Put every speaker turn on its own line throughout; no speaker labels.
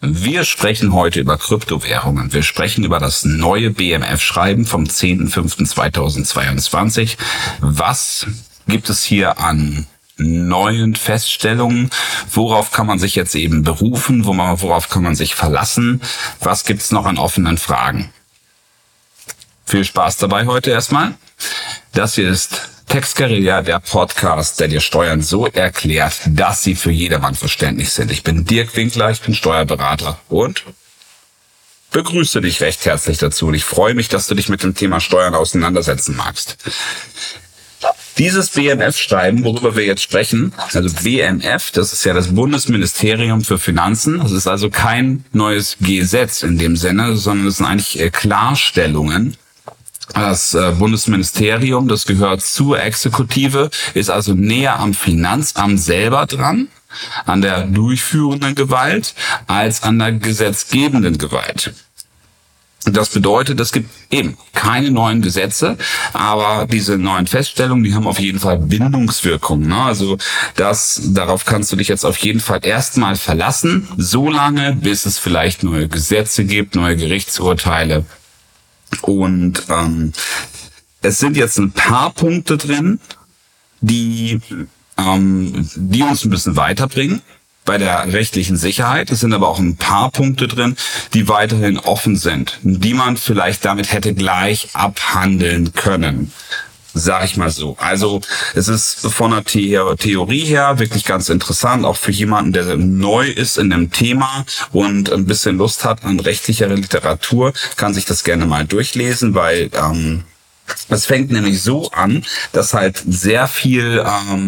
Wir sprechen heute über Kryptowährungen. Wir sprechen über das neue BMF-Schreiben vom 10.05.2022. Was gibt es hier an neuen Feststellungen? Worauf kann man sich jetzt eben berufen? Worauf kann man sich verlassen? Was gibt es noch an offenen Fragen? Viel Spaß dabei heute erstmal. Das hier ist Textguerilla, der Podcast, der dir Steuern so erklärt, dass sie für jedermann verständlich sind. Ich bin Dirk Winkler, ich bin Steuerberater und begrüße dich recht herzlich dazu. Und ich freue mich, dass du dich mit dem Thema Steuern auseinandersetzen magst. Dieses BMF-Schreiben, worüber wir jetzt sprechen, also BMF, das ist ja das Bundesministerium für Finanzen. Das ist also kein neues Gesetz in dem Sinne, sondern es sind eigentlich Klarstellungen. Das Bundesministerium, das gehört zur Exekutive, ist also näher am Finanzamt selber dran, an der durchführenden Gewalt, als an der gesetzgebenden Gewalt. Das bedeutet, es gibt eben keine neuen Gesetze, aber diese neuen Feststellungen, die haben auf jeden Fall Bindungswirkung, ne? Also darauf kannst du dich jetzt auf jeden Fall erstmal verlassen, solange bis es vielleicht neue Gesetze gibt, neue Gerichtsurteile. Und es sind jetzt ein paar Punkte drin, die uns ein bisschen weiterbringen bei der rechtlichen Sicherheit. Es sind aber auch ein paar Punkte drin, die weiterhin offen sind, die man vielleicht damit hätte gleich abhandeln können. Sag ich mal so. Also es ist von der Theorie her wirklich ganz interessant, auch für jemanden, der neu ist in dem Thema und ein bisschen Lust hat an rechtlicher Literatur, kann sich das gerne mal durchlesen, weil es fängt nämlich so an, dass halt sehr viel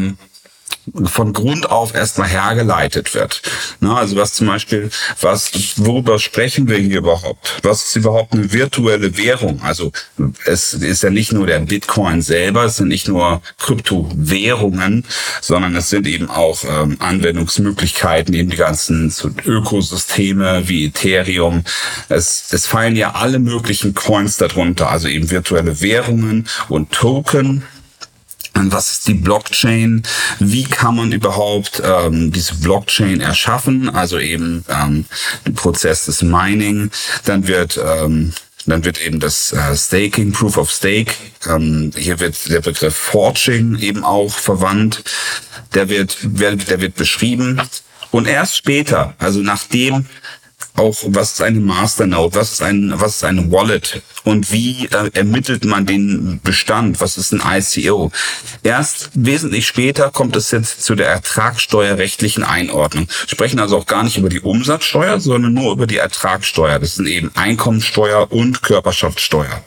von Grund auf erstmal hergeleitet wird. Na, also was zum Beispiel, worüber sprechen wir hier überhaupt? Was ist überhaupt eine virtuelle Währung? Also es ist ja nicht nur der Bitcoin selber, es sind nicht nur Kryptowährungen, sondern es sind eben auch Anwendungsmöglichkeiten, eben die ganzen Ökosysteme wie Ethereum. Es fallen ja alle möglichen Coins darunter, also eben virtuelle Währungen und Token. Was ist die Blockchain? Wie kann man überhaupt diese Blockchain erschaffen? Also eben der Prozess des Mining. Dann wird eben das Staking, Proof of Stake. Hier wird der Begriff Forging eben auch verwandt. Der wird beschrieben. Und erst später, also nachdem auch, was ist eine Masternode, was ist eine Wallet und wie ermittelt man den Bestand, was ist ein ICO. Erst wesentlich später kommt es jetzt zu der ertragssteuerrechtlichen Einordnung. Wir sprechen also auch gar nicht über die Umsatzsteuer, sondern nur über die Ertragssteuer. Das sind eben Einkommensteuer und Körperschaftssteuer.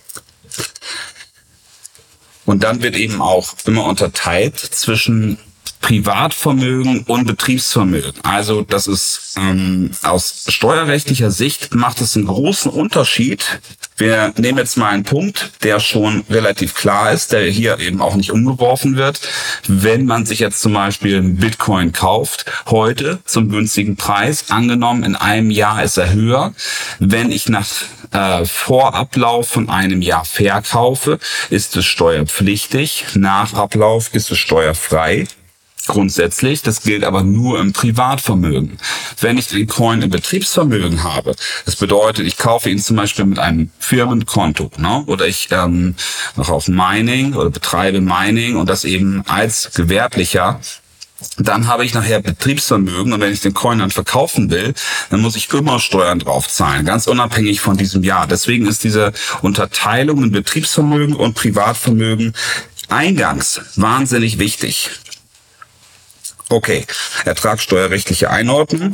Und dann wird eben auch immer unterteilt zwischen Privatvermögen und Betriebsvermögen. Also das ist aus steuerrechtlicher Sicht macht es einen großen Unterschied. Wir nehmen jetzt mal einen Punkt, der schon relativ klar ist, der hier eben auch nicht umgeworfen wird. Wenn man sich jetzt zum Beispiel einen Bitcoin kauft, heute zum günstigen Preis, angenommen in einem Jahr ist er höher. Wenn ich nach Vorablauf von einem Jahr verkaufe, ist es steuerpflichtig. Nach Ablauf ist es steuerfrei. Grundsätzlich, das gilt aber nur im Privatvermögen. Wenn ich den Coin im Betriebsvermögen habe, das bedeutet, ich kaufe ihn zum Beispiel mit einem Firmenkonto, ne? Oder ich mache auf Mining oder betreibe Mining und das eben als Gewerblicher, dann habe ich nachher Betriebsvermögen und wenn ich den Coin dann verkaufen will, dann muss ich immer Steuern drauf zahlen, ganz unabhängig von diesem Jahr. Deswegen ist diese Unterteilung in Betriebsvermögen und Privatvermögen eingangs wahnsinnig wichtig. Okay, ertragssteuerrechtliche Einordnung.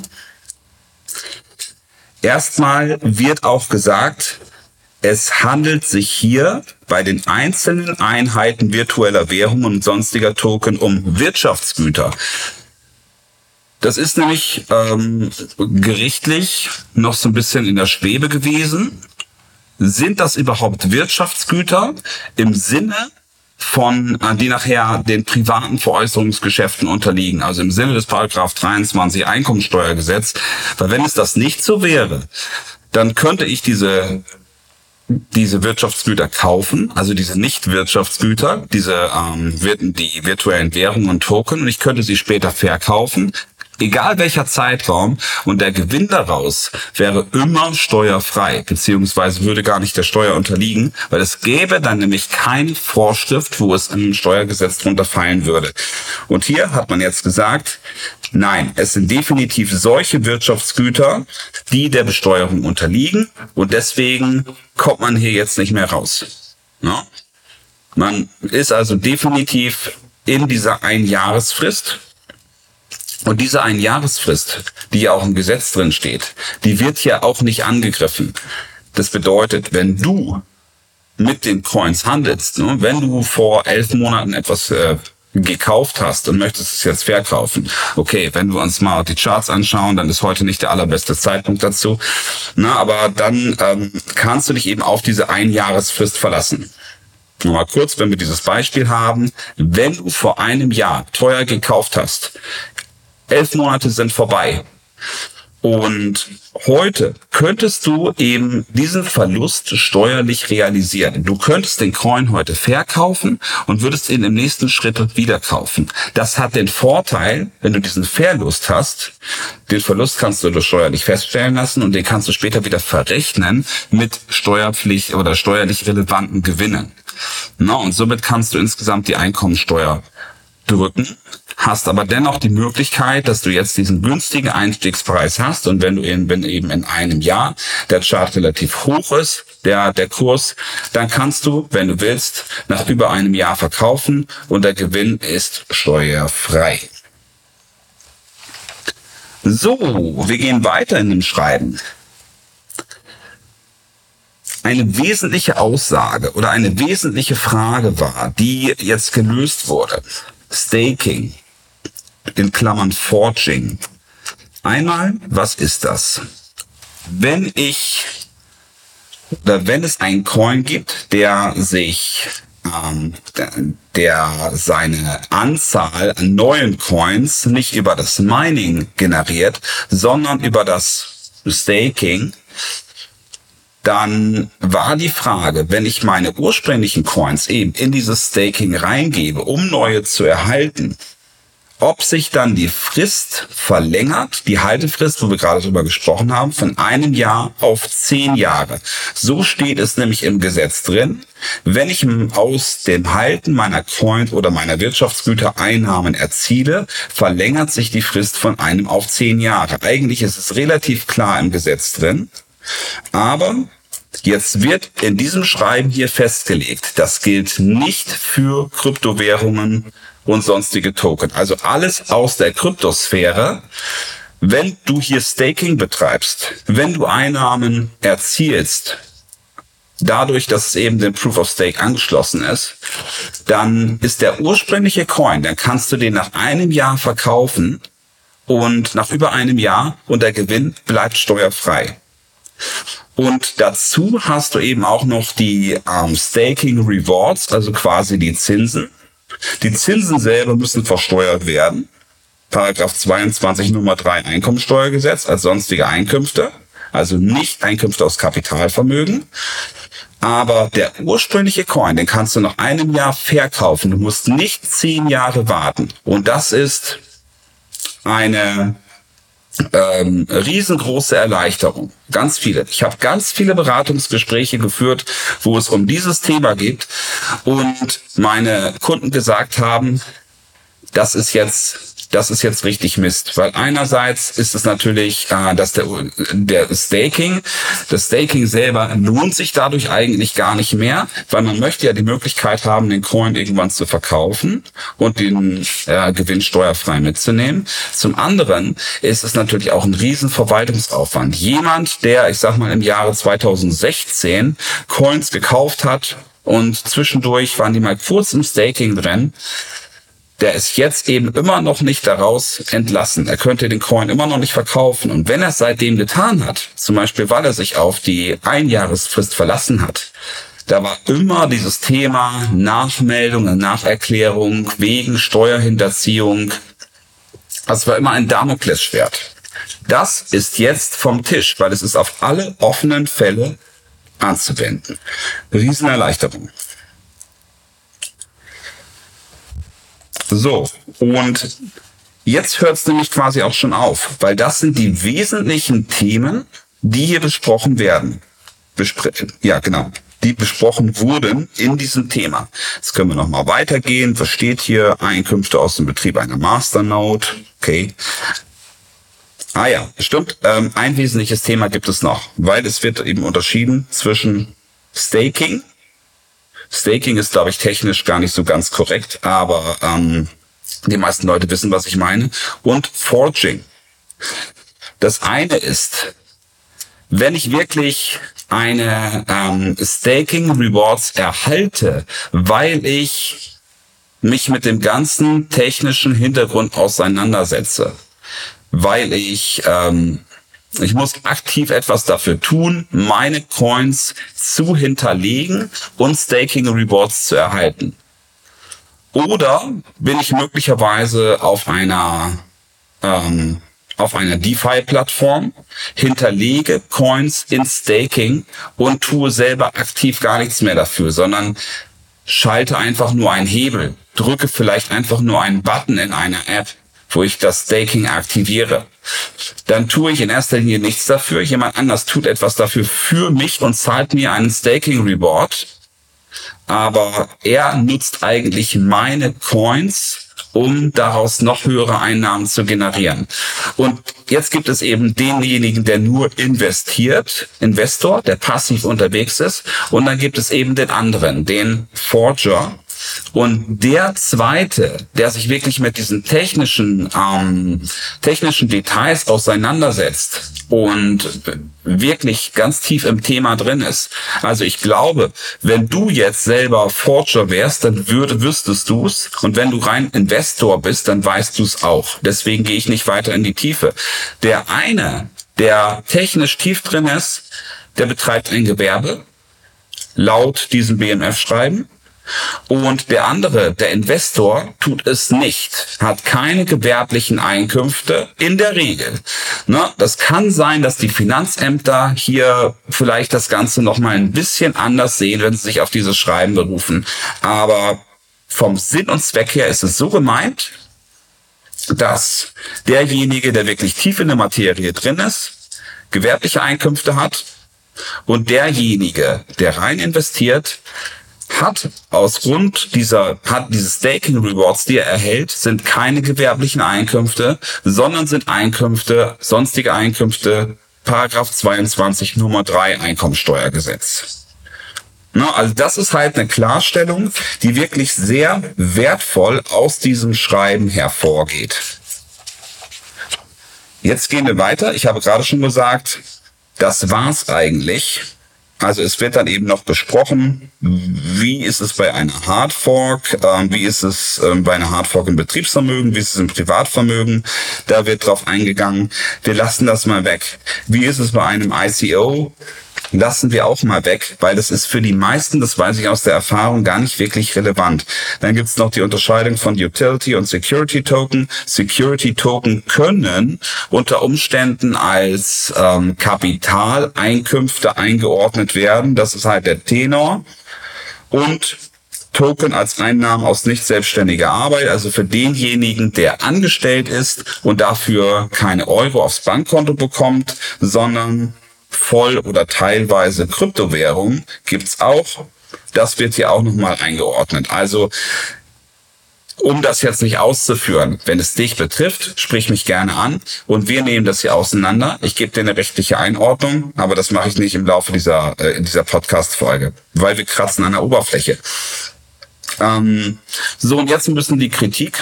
Erstmal wird auch gesagt, es handelt sich hier bei den einzelnen Einheiten virtueller Währungen und sonstiger Token um Wirtschaftsgüter. Das ist nämlich gerichtlich noch so ein bisschen in der Schwebe gewesen. Sind das überhaupt Wirtschaftsgüter im Sinne von, die nachher den privaten Veräußerungsgeschäften unterliegen, also im Sinne des Paragraph 23 Einkommensteuergesetz? Weil wenn es das nicht so wäre, dann könnte ich diese Wirtschaftsgüter kaufen, also diese Nicht-Wirtschaftsgüter, die virtuellen Währungen und Token, und ich könnte sie später verkaufen, Egal welcher Zeitraum, und der Gewinn daraus wäre immer steuerfrei, beziehungsweise würde gar nicht der Steuer unterliegen, weil es gäbe dann nämlich keine Vorschrift, wo es im Steuergesetz drunter fallen würde. Und hier hat man jetzt gesagt, nein, es sind definitiv solche Wirtschaftsgüter, die der Besteuerung unterliegen, und deswegen kommt man hier jetzt nicht mehr raus. Ja? Man ist also definitiv in dieser Einjahresfrist. Und diese Einjahresfrist, die ja auch im Gesetz drin steht, die wird ja auch nicht angegriffen. Das bedeutet, wenn du mit den Coins handelst, ne, wenn du vor 11 Monaten etwas gekauft hast und möchtest es jetzt verkaufen, okay, wenn wir uns mal die Charts anschauen, dann ist heute nicht der allerbeste Zeitpunkt dazu. Na, aber dann kannst du dich eben auf diese Einjahresfrist verlassen. Nur mal kurz, wenn wir dieses Beispiel haben, wenn du vor einem Jahr teuer gekauft hast, 11 Monate sind vorbei. Und heute könntest du eben diesen Verlust steuerlich realisieren. Du könntest den Coin heute verkaufen und würdest ihn im nächsten Schritt wieder kaufen. Das hat den Vorteil, wenn du diesen Verlust hast, den Verlust kannst du steuerlich feststellen lassen und den kannst du später wieder verrechnen mit Steuerpflicht oder steuerlich relevanten Gewinnen. Na, und somit kannst du insgesamt die Einkommensteuer drücken, hast aber dennoch die Möglichkeit, dass du jetzt diesen günstigen Einstiegspreis hast, und wenn eben in einem Jahr der Chart relativ hoch ist, der Kurs, dann kannst du, wenn du willst, nach über einem Jahr verkaufen und der Gewinn ist steuerfrei. So, wir gehen weiter in dem Schreiben. Eine wesentliche Aussage oder eine wesentliche Frage war, die jetzt gelöst wurde. Staking, in Klammern Forging. Einmal, was ist das? Wenn es einen Coin gibt, der seine Anzahl an neuen Coins nicht über das Mining generiert, sondern über das Staking, dann war die Frage, wenn ich meine ursprünglichen Coins eben in dieses Staking reingebe, um neue zu erhalten, ob sich dann die Frist verlängert, die Haltefrist, wo wir gerade drüber gesprochen haben, von einem Jahr auf 10 Jahre. So steht es nämlich im Gesetz drin. Wenn ich aus dem Halten meiner Coins oder meiner Wirtschaftsgüter Einnahmen erziele, verlängert sich die Frist von einem auf 10 Jahre. Eigentlich ist es relativ klar im Gesetz drin, aber jetzt wird in diesem Schreiben hier festgelegt, das gilt nicht für Kryptowährungen und sonstige Token. Also alles aus der Kryptosphäre. Wenn du hier Staking betreibst, wenn du Einnahmen erzielst, dadurch, dass es eben den Proof of Stake angeschlossen ist, dann ist der ursprüngliche Coin, dann kannst du den nach einem Jahr verkaufen und nach über einem Jahr und der Gewinn bleibt steuerfrei. Und dazu hast du eben auch noch die Staking Rewards, also quasi die Zinsen. Die Zinsen selber müssen versteuert werden. Paragraph 22 Nummer 3 Einkommensteuergesetz als sonstige Einkünfte. Also nicht Einkünfte aus Kapitalvermögen. Aber der ursprüngliche Coin, den kannst du nach einem Jahr verkaufen. Du musst nicht 10 Jahre warten. Und das ist eine riesengroße Erleichterung. Ganz viele. Ich habe ganz viele Beratungsgespräche geführt, wo es um dieses Thema geht und meine Kunden gesagt haben, das ist jetzt richtig Mist. Weil einerseits ist es natürlich, dass das Staking selber lohnt sich dadurch eigentlich gar nicht mehr, weil man möchte ja die Möglichkeit haben, den Coin irgendwann zu verkaufen und den Gewinn steuerfrei mitzunehmen. Zum anderen ist es natürlich auch ein riesen Verwaltungsaufwand. Jemand, der, ich sag mal, im Jahre 2016 Coins gekauft hat und zwischendurch waren die mal kurz im Staking drin, der ist jetzt eben immer noch nicht daraus entlassen. Er könnte den Coin immer noch nicht verkaufen. Und wenn er es seitdem getan hat, zum Beispiel weil er sich auf die Einjahresfrist verlassen hat, da war immer dieses Thema Nachmeldung, Nacherklärung wegen Steuerhinterziehung. Das war immer ein Damoklesschwert. Das ist jetzt vom Tisch, weil es ist auf alle offenen Fälle anzuwenden. Riesenerleichterung. So, und Jetzt hört es nämlich quasi auch schon auf, weil das sind die wesentlichen Themen, die hier besprochen werden. Ja, genau. Die besprochen wurden in diesem Thema. Jetzt können wir nochmal weitergehen. Was steht hier? Einkünfte aus dem Betrieb einer Masternode. Okay. Ah ja, stimmt. Ein wesentliches Thema gibt es noch, weil es wird eben unterschieden zwischen Staking. Staking ist, glaube ich, technisch gar nicht so ganz korrekt, aber die meisten Leute wissen, was ich meine. Und Forging. Das eine ist, wenn ich wirklich eine Staking Rewards erhalte, weil ich mich mit dem ganzen technischen Hintergrund auseinandersetze, weil ich muss aktiv etwas dafür tun, meine Coins zu hinterlegen und Staking Rewards zu erhalten. Oder bin ich möglicherweise auf einer DeFi-Plattform, hinterlege Coins in Staking und tue selber aktiv gar nichts mehr dafür, sondern schalte einfach nur einen Hebel, drücke vielleicht einfach nur einen Button in einer App, wo ich das Staking aktiviere. Dann tue ich in erster Linie nichts dafür. Jemand anders tut etwas dafür für mich und zahlt mir einen Staking Reward. Aber er nutzt eigentlich meine Coins, um daraus noch höhere Einnahmen zu generieren. Und jetzt gibt es eben denjenigen, der nur investiert, Investor, der passiv unterwegs ist. Und dann gibt es eben den anderen, den Forger. Und der zweite, der sich wirklich mit diesen technischen Details auseinandersetzt und wirklich ganz tief im Thema drin ist. Also ich glaube, wenn du jetzt selber Forger wärst, dann wüsstest du es. Und wenn du rein Investor bist, dann weißt du es auch. Deswegen gehe ich nicht weiter in die Tiefe. Der eine, der technisch tief drin ist, der betreibt ein Gewerbe, laut diesem BMF-Schreiben. Und der andere, der Investor, tut es nicht, hat keine gewerblichen Einkünfte in der Regel. Das kann sein, dass die Finanzämter hier vielleicht das Ganze nochmal ein bisschen anders sehen, wenn sie sich auf dieses Schreiben berufen. Aber vom Sinn und Zweck her ist es so gemeint, dass derjenige, der wirklich tief in der Materie drin ist, gewerbliche Einkünfte hat und derjenige, der rein investiert, hat diese Staking Rewards, die er erhält, sind keine gewerblichen Einkünfte, sondern sind sonstige Einkünfte, Paragraph 22 Nummer 3 Einkommensteuergesetz. Also das ist halt eine Klarstellung, die wirklich sehr wertvoll aus diesem Schreiben hervorgeht. Jetzt gehen wir weiter. Ich habe gerade schon gesagt, das war's eigentlich. Also es wird dann eben noch besprochen, wie ist es bei einer Hardfork, wie ist es bei einer Hardfork im Betriebsvermögen, wie ist es im Privatvermögen, da wird drauf eingegangen. Wir lassen das mal weg. Wie ist es bei einem ICO? Lassen wir auch mal weg, weil das ist für die meisten, das weiß ich aus der Erfahrung, gar nicht wirklich relevant. Dann gibt's noch die Unterscheidung von Utility und Security Token. Security Token können unter Umständen als Kapitaleinkünfte eingeordnet werden. Das ist halt der Tenor. Und Token als Einnahmen aus nicht selbstständiger Arbeit, also für denjenigen, der angestellt ist und dafür keine Euro aufs Bankkonto bekommt, sondern voll oder teilweise Kryptowährung gibt's auch. Das wird hier auch nochmal eingeordnet. Also, um das jetzt nicht auszuführen, wenn es dich betrifft, sprich mich gerne an und wir nehmen das hier auseinander. Ich gebe dir eine rechtliche Einordnung, aber das mache ich nicht im Laufe dieser Podcast-Folge, weil wir kratzen an der Oberfläche. So, und jetzt ein bisschen die Kritik.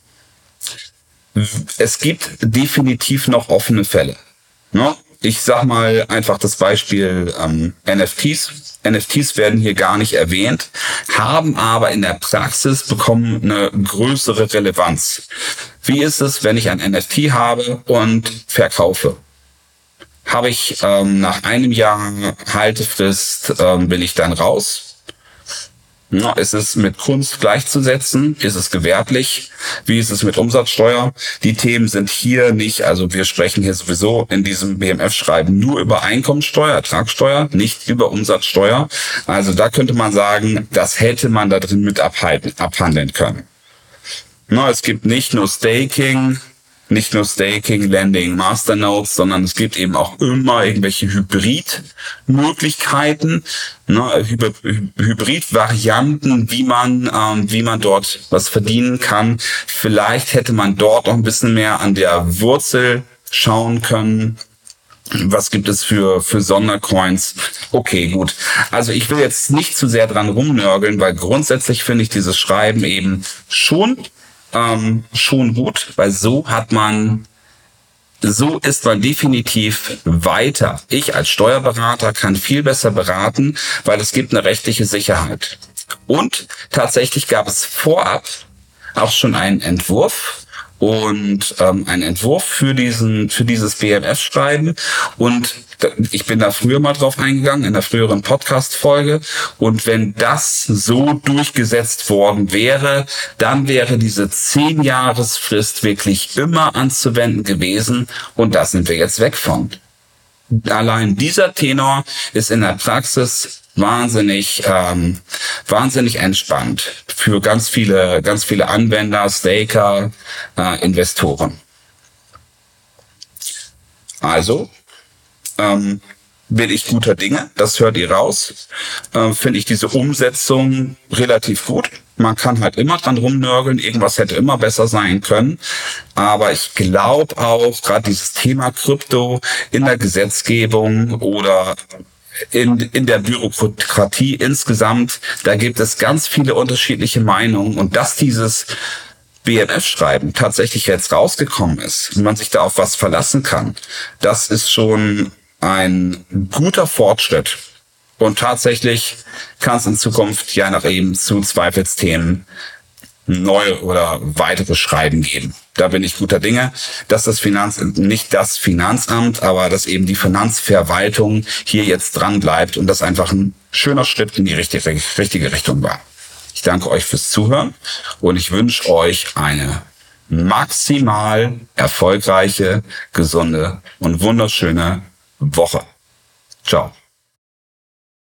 Es gibt definitiv noch offene Fälle. Ne? Ich sag mal einfach das Beispiel NFTs. NFTs werden hier gar nicht erwähnt, haben aber in der Praxis bekommen eine größere Relevanz. Wie ist es, wenn ich ein NFT habe und verkaufe? Habe ich nach einem Jahr Haltefrist, bin ich dann raus? Ja, ist es mit Kunst gleichzusetzen? Ist es gewerblich? Wie ist es mit Umsatzsteuer? Die Themen sind hier nicht, also wir sprechen hier sowieso in diesem BMF-Schreiben nur über Einkommensteuer, Ertragssteuer, nicht über Umsatzsteuer. Also da könnte man sagen, das hätte man da drin mit abhandeln können. Na, es gibt nicht nur Staking, nicht nur Staking, Lending, Masternodes, sondern es gibt eben auch immer irgendwelche Hybrid-Möglichkeiten, ne, Hybrid-Varianten, wie man dort was verdienen kann. Vielleicht hätte man dort noch ein bisschen mehr an der Wurzel schauen können. Was gibt es für Sondercoins? Okay, gut. Also ich will jetzt nicht zu sehr dran rumnörgeln, weil grundsätzlich finde ich dieses Schreiben eben schon gut, weil so ist man definitiv weiter. Ich als Steuerberater kann viel besser beraten, weil es gibt eine rechtliche Sicherheit. Und tatsächlich gab es vorab auch schon einen Entwurf für dieses BMF-Schreiben, und ich bin da früher mal drauf eingegangen, in der früheren Podcast-Folge, und wenn das so durchgesetzt worden wäre, dann wäre diese 10-Jahresfrist wirklich immer anzuwenden gewesen, und da sind wir jetzt weg von. Allein dieser Tenor ist in der Praxis wahnsinnig entspannt für ganz viele Anwender, Staker, Investoren. Also bin ich guter Dinge, das hört ihr raus. Finde ich diese Umsetzung relativ gut. Man kann halt immer dran rumnörgeln, irgendwas hätte immer besser sein können. Aber ich glaube auch, gerade dieses Thema Krypto in der Gesetzgebung oder in der Bürokratie insgesamt, da gibt es ganz viele unterschiedliche Meinungen, und dass dieses BMF-Schreiben tatsächlich jetzt rausgekommen ist und man sich da auf was verlassen kann, das ist schon ein guter Fortschritt. Und tatsächlich kann es in Zukunft ja nach eben zu Zweifelsthemen neue oder weitere Schreiben geben. Da bin ich guter Dinge, dass nicht das Finanzamt, aber dass eben die Finanzverwaltung hier jetzt dran bleibt und das einfach ein schöner Schritt in die richtige Richtung war. Ich danke euch fürs Zuhören und ich wünsche euch eine maximal erfolgreiche, gesunde und wunderschöne Woche. Ciao.